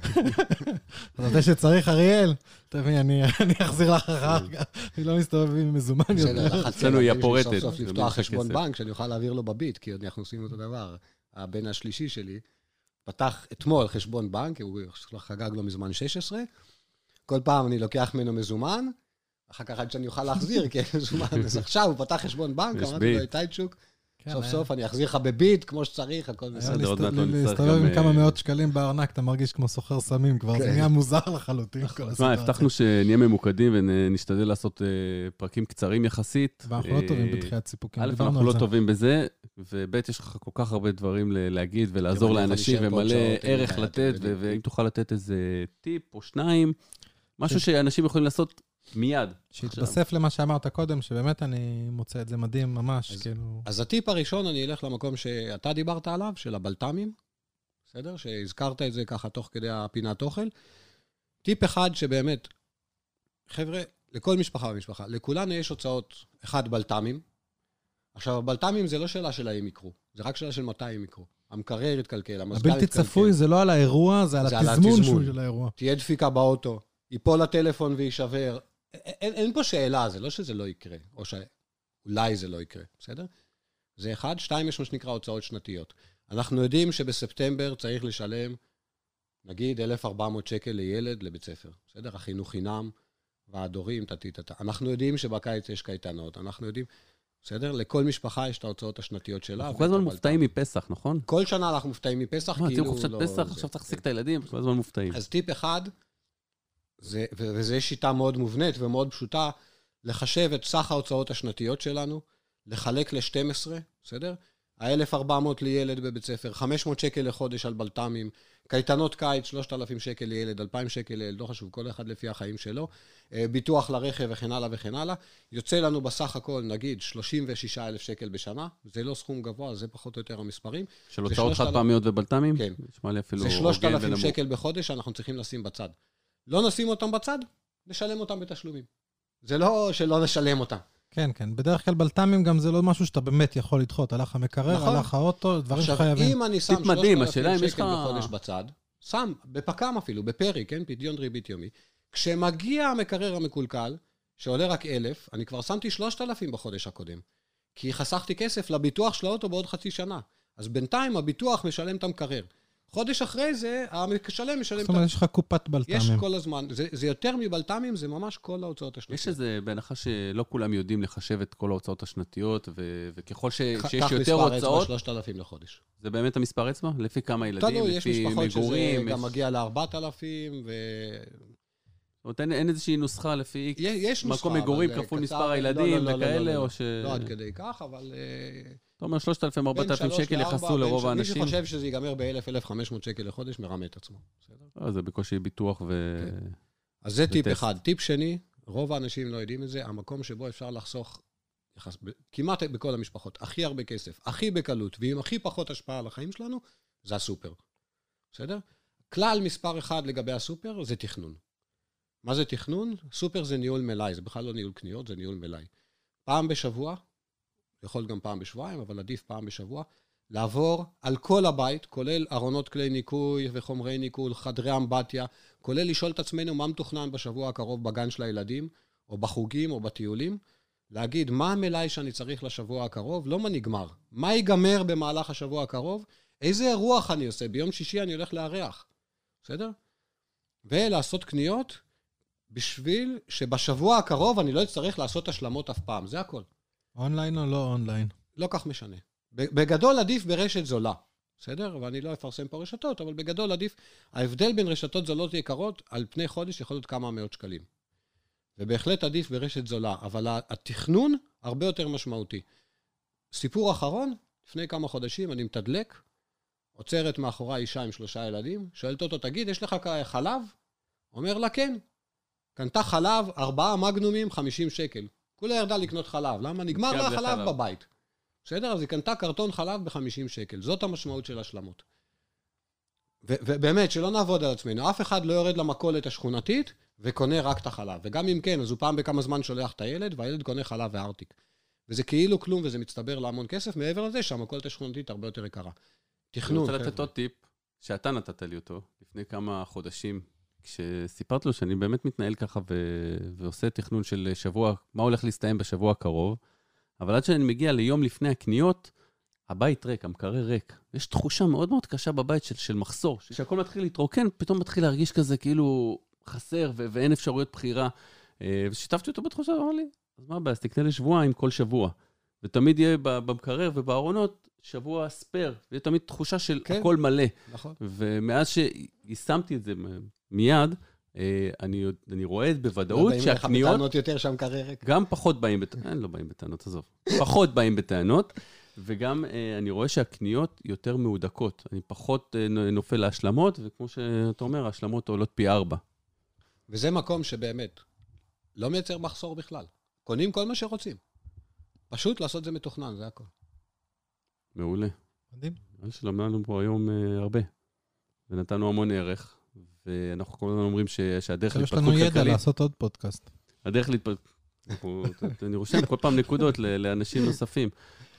אתה יודע שצריך, אריאל? תביא, אני, אני אחזיר לך אחר כך. אני לא מסתובב עם מזומן יותר. אצלנו היא הפורטת. סוף סוף לפתוח חשבון בנק, שאני אוכל להעביר לו בביט, כי אנחנו עושים אותו דבר. הבן השלישי שלי פתח אתמול חשבון בנק, הוא חגג לו מזמן שש עשרה, כל פעם אני לוקח ממנו מזומן, אחר כך עד שאני אוכל להחזיר, כי מזומן, אז עכשיו הוא פתח חשבון בנק, אמרתי לו, איתי צ'וק, סוף סוף אני אחזיר לך בביט, כמו שצריך, הכל בסדר. להסתובב עם כמה מאות שקלים בארנק, אתה מרגיש כמו סוחר סמים כבר, זה נהיה מוזר לחלוטין. מה, הבטחנו שנהיה ממוקדים ונשתדל לעשות פרקים קצרים יחסית. ואנחנו לא טובים בתחיית סיפוקים. א', אנחנו לא טובים בזה, וב', יש לך כל כך הרבה דברים להגיד ולעזור לאנשים, ומלא ערך לתת, ואם תוכל לתת איזה טיפ או שניים, משהו שאנשים יכולים לעשות מיד. שהתבסף למה שאמרת קודם, שבאמת אני מוצא את זה מדהים ממש. אז, כאילו... אז הטיפ הראשון, אני אלך למקום שאתה דיברת עליו, של הבלטמים, בסדר? שהזכרת את זה ככה תוך כדי הפינת אוכל. טיפ אחד שבאמת, חבר'ה, לכל משפחה ומשפחה, לכולנו יש הוצאות, אחד בלטמים. עכשיו, הבלטמים זה לא שאלה של האם יקרו, זה רק שאלה של מתי הם יקרו. המקרר יתקלקל, המזגן יתקלקל. הבלתי צפוי זה לא על האירוע, זה על התזמון של האירוע. תהיה דפיקה באוטו, ייפול לטלפון וישבר. אין, אין פה שאלה, זה לא שזה לא יקרה, או שאולי זה לא יקרה, בסדר? זה אחד. שתיים, יש מה שנקרא הוצאות שנתיות. אנחנו יודעים שבספטמבר צריך לשלם, נגיד, אלף וארבע מאות שקל לילד לבית ספר, בסדר? החינוך חינם, ועד הורים, תתית. אנחנו יודעים שבקיץ יש קייטנות, אנחנו יודעים, בסדר? לכל משפחה יש את ההוצאות השנתיות שלה. אנחנו כל הזמן מופתעים מפסח, נכון? כל שנה אנחנו מופתעים מפסח, כאילו... תראו חופשת פסח, עכשיו צריך להחזיק את הילדים, כל הזמן מופתעים. אז טיפ אחד, זה, וזה שיטה מאוד מובנית ומאוד פשוטה, לחשב את סך ההוצאות השנתיות שלנו, לחלק ל-שתים עשרה, בסדר? ה-אלף וארבע מאות לילד בבית ספר, חמש מאות שקל לחודש על בלטמים, קייטנות קיץ, שלושת אלפים שקל לילד, אלפיים שקל לילד, לא חשוב, כל אחד לפי החיים שלו, ביטוח לרכב וכן הלאה וכן הלאה, יוצא לנו בסך הכל, נגיד, שלושים ושישה אלף שקל בשנה, זה לא סכום גבוה, זה פחות או יותר המספרים. של הוצאות חד פעמיות ובלטמים? כן. נשמע לי אפילו זה שלושת אלפים שקל בחודש שאנחנו צריכים לשים בצד. לא נשים אותם בצד, נשלם אותם בתשלומים. זה לא שלא נשלם אותם. כן, כן. בדרך כלל בלטמים גם זה לא משהו שאתה באמת יכול לדחות. הלך המקרר, נכון. הלך האוטו, דברים שחייבים. עכשיו, אם אני שם שלושת אלפים שקל בחודש בצד, שם, בפקם אפילו, בפרי, כן, פדיון ריבית יומי, כשמגיע המקרר המקולקל, שעולה רק אלף, אני כבר שמתי שלושת אלפים בחודש הקודם, כי חסכתי כסף לביטוח של האוטו בעוד חצי שנה. אז בינתיים הביטוח משלם את המקרר. חודש אחרי זה, המשלם משלם... זאת אומרת, יש לך קופת בלטמים. יש כל הזמן. זה, זה יותר מבלטמים, זה ממש כל ההוצאות השנתיות. יש איזה, בהנחה שלא כולם יודעים לחשב את כל ההוצאות השנתיות, ו... וככל ש... שיש יותר הוצאות... כך מספר אצבע, שלושת אלפים לחודש. זה באמת המספר אצבע? לפי כמה ילדים, תלוי, לפי יש משפחות מגורים? שזה גם מגיע ל-ארבעת אלפים, ו... אומרת, אין, אין איזושהי נוסחה לפי יש נוסחה, מקום מגורים כפול מספר הילדים לא, לא, וכאלה, לא, לא, או לא, ש... לא עד כדי כך, אבל... אתה אומר, שלושת אלפים, ארבעת אלפים שקל יחסו לרוב האנשים. מי שחושב שזה ייגמר ב-אלף, אלף וחמש מאות שקל לחודש, מרמה את עצמו. לא, זה בקושי ביטוח ו... כן. אז זה טיפ אחד. טיפ שני, רוב האנשים לא יודעים את זה, המקום שבו אפשר לחסוך, יחס, כמעט בכל המשפחות, הכי הרבה כסף, הכי בקלות, ועם הכי פחות השפעה על החיים שלנו, זה הסופר. בסדר? כלל מספר אחד לגבי הסופר, זה תכנון. מה זה תכנון? סופר זה ניהול מלאי, זה בכלל לא ניהול קניות, זה ניהול מלאי. פעם בשבוע, יכול גם פעם בשבועיים, אבל עדיף פעם בשבוע, לעבור על כל הבית, כולל ארונות כלי ניקוי וחומרי ניקול, חדרי אמבטיה, כולל לשאול את עצמנו מה מתוכנן בשבוע הקרוב בגן של הילדים, או בחוגים או בטיולים, להגיד מה המלאי שאני צריך לשבוע הקרוב, לא מה נגמר, מה ייגמר במהלך השבוע הקרוב, איזה אירוח אני עושה, ביום שישי אני הולך לארח, בסדר? ולעשות קניות בשביל שבשבוע הקרוב אני לא אצטרך לעשות השלמות אף פעם, זה הכל. אונליין או לא אונליין? לא כך משנה. בגדול עדיף ברשת זולה, בסדר? ואני לא אפרסם פה רשתות, אבל בגדול עדיף, ההבדל בין רשתות זולות יקרות על פני חודש יכול להיות כמה מאות שקלים. ובהחלט עדיף ברשת זולה, אבל התכנון הרבה יותר משמעותי. סיפור אחרון, לפני כמה חודשים אני מתדלק, עוצרת מאחורי אישה עם שלושה ילדים, שואלת אותו, תגיד, יש לך חלב? אומר לה, כן. קנתה חלב, ארבעה מגנומים, חמישים שקל. כולה ירדה לקנות חלב. למה? נגמר לה חלב בבית. בסדר? אז היא קנתה קרטון חלב ב-חמישים שקל. זאת המשמעות של השלמות. ו- ובאמת, שלא נעבוד על עצמנו. אף אחד לא יורד למכולת השכונתית וקונה רק את החלב. וגם אם כן, אז הוא פעם בכמה זמן שולח את הילד, והילד קונה חלב וארטיק. וזה כאילו כלום, וזה מצטבר להמון כסף, מעבר לזה שהמכולת השכונתית הרבה יותר יקרה. תכנון. אני רוצה לתת עוד טיפ, שאתה נתת לי אותו, לפני כמה חודשים, כשסיפרת לו שאני באמת מתנהל ככה ו- ועושה תכנון של שבוע, מה הולך להסתיים בשבוע הקרוב, אבל עד שאני מגיע ליום לפני הקניות, הבית ריק, המקרר ריק. יש תחושה מאוד מאוד קשה בבית של, של מחסור, שהכל מתחיל להתרוקן, פתאום מתחיל להרגיש כזה כאילו חסר ו- ואין אפשרויות בחירה. ושיתפתי אותו בתחושה, אמר לי, אז מה הבעיה, אז תקנה לשבועיים כל שבוע. ותמיד יהיה במקרר ובארונות שבוע ספר, ויהיה תמיד תחושה של כן. הכל מלא. נכון. ומאז שיישמתי את זה מיד, אני, אני רואה בוודאות לא שהקניות... לא באים לך בטענות יותר שם קררק? גם פחות באים בטענות, אין, לא באים בטענות, עזוב. פחות באים בטענות, וגם אני רואה שהקניות יותר מהודקות. אני פחות נופל להשלמות, וכמו שאתה אומר, ההשלמות עולות פי ארבע. וזה מקום שבאמת לא מייצר מחסור בכלל. קונים כל מה שרוצים. פשוט לעשות זה מתוכנן, זה הכל. מעולה. מדהים. אני שלמדנו פה היום הרבה, ונתנו המון ערך, ואנחנו כל הזמן אומרים שהדרך להתפתחות כלכלית... יש לנו ידע לעשות עוד פודקאסט. הדרך להתפתחות... אני רושם כל פעם נקודות לאנשים נוספים.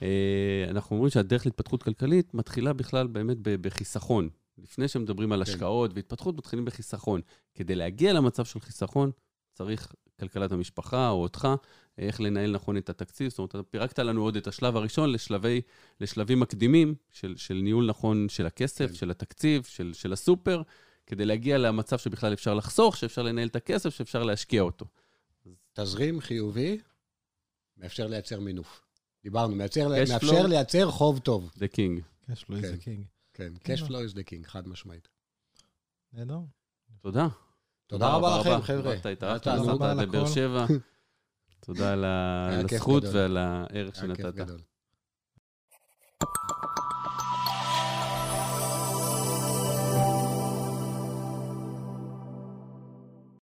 אנחנו אומרים שהדרך להתפתחות כלכלית מתחילה בכלל באמת בחיסכון. לפני שמדברים על השקעות והתפתחות, מתחילים בחיסכון. כדי להגיע למצב של חיסכון, צריך כלכלת המשפחה או אותך, איך לנהל נכון את התקציב. זאת אומרת, אתה פירקת לנו עוד את השלב הראשון לשלבי, לשלבים מקדימים של, של ניהול נכון של הכסף, של התקציב, של, של הסופר, כדי להגיע למצב שבכלל אפשר לחסוך, שאפשר לנהל את הכסף, שאפשר להשקיע אותו. תזרים חיובי, מאפשר לייצר מינוף. דיברנו, מאפשר, מאפשר לייצר חוב טוב. The king. cash flow is the king. כן, cash flow is the king, חד משמעית. נהדר. תודה. תודה רבה לכם, חבר'ה. אתה התארחת, נסעת לבאר שבע. תודה על הזכות ועל הערך שנתת.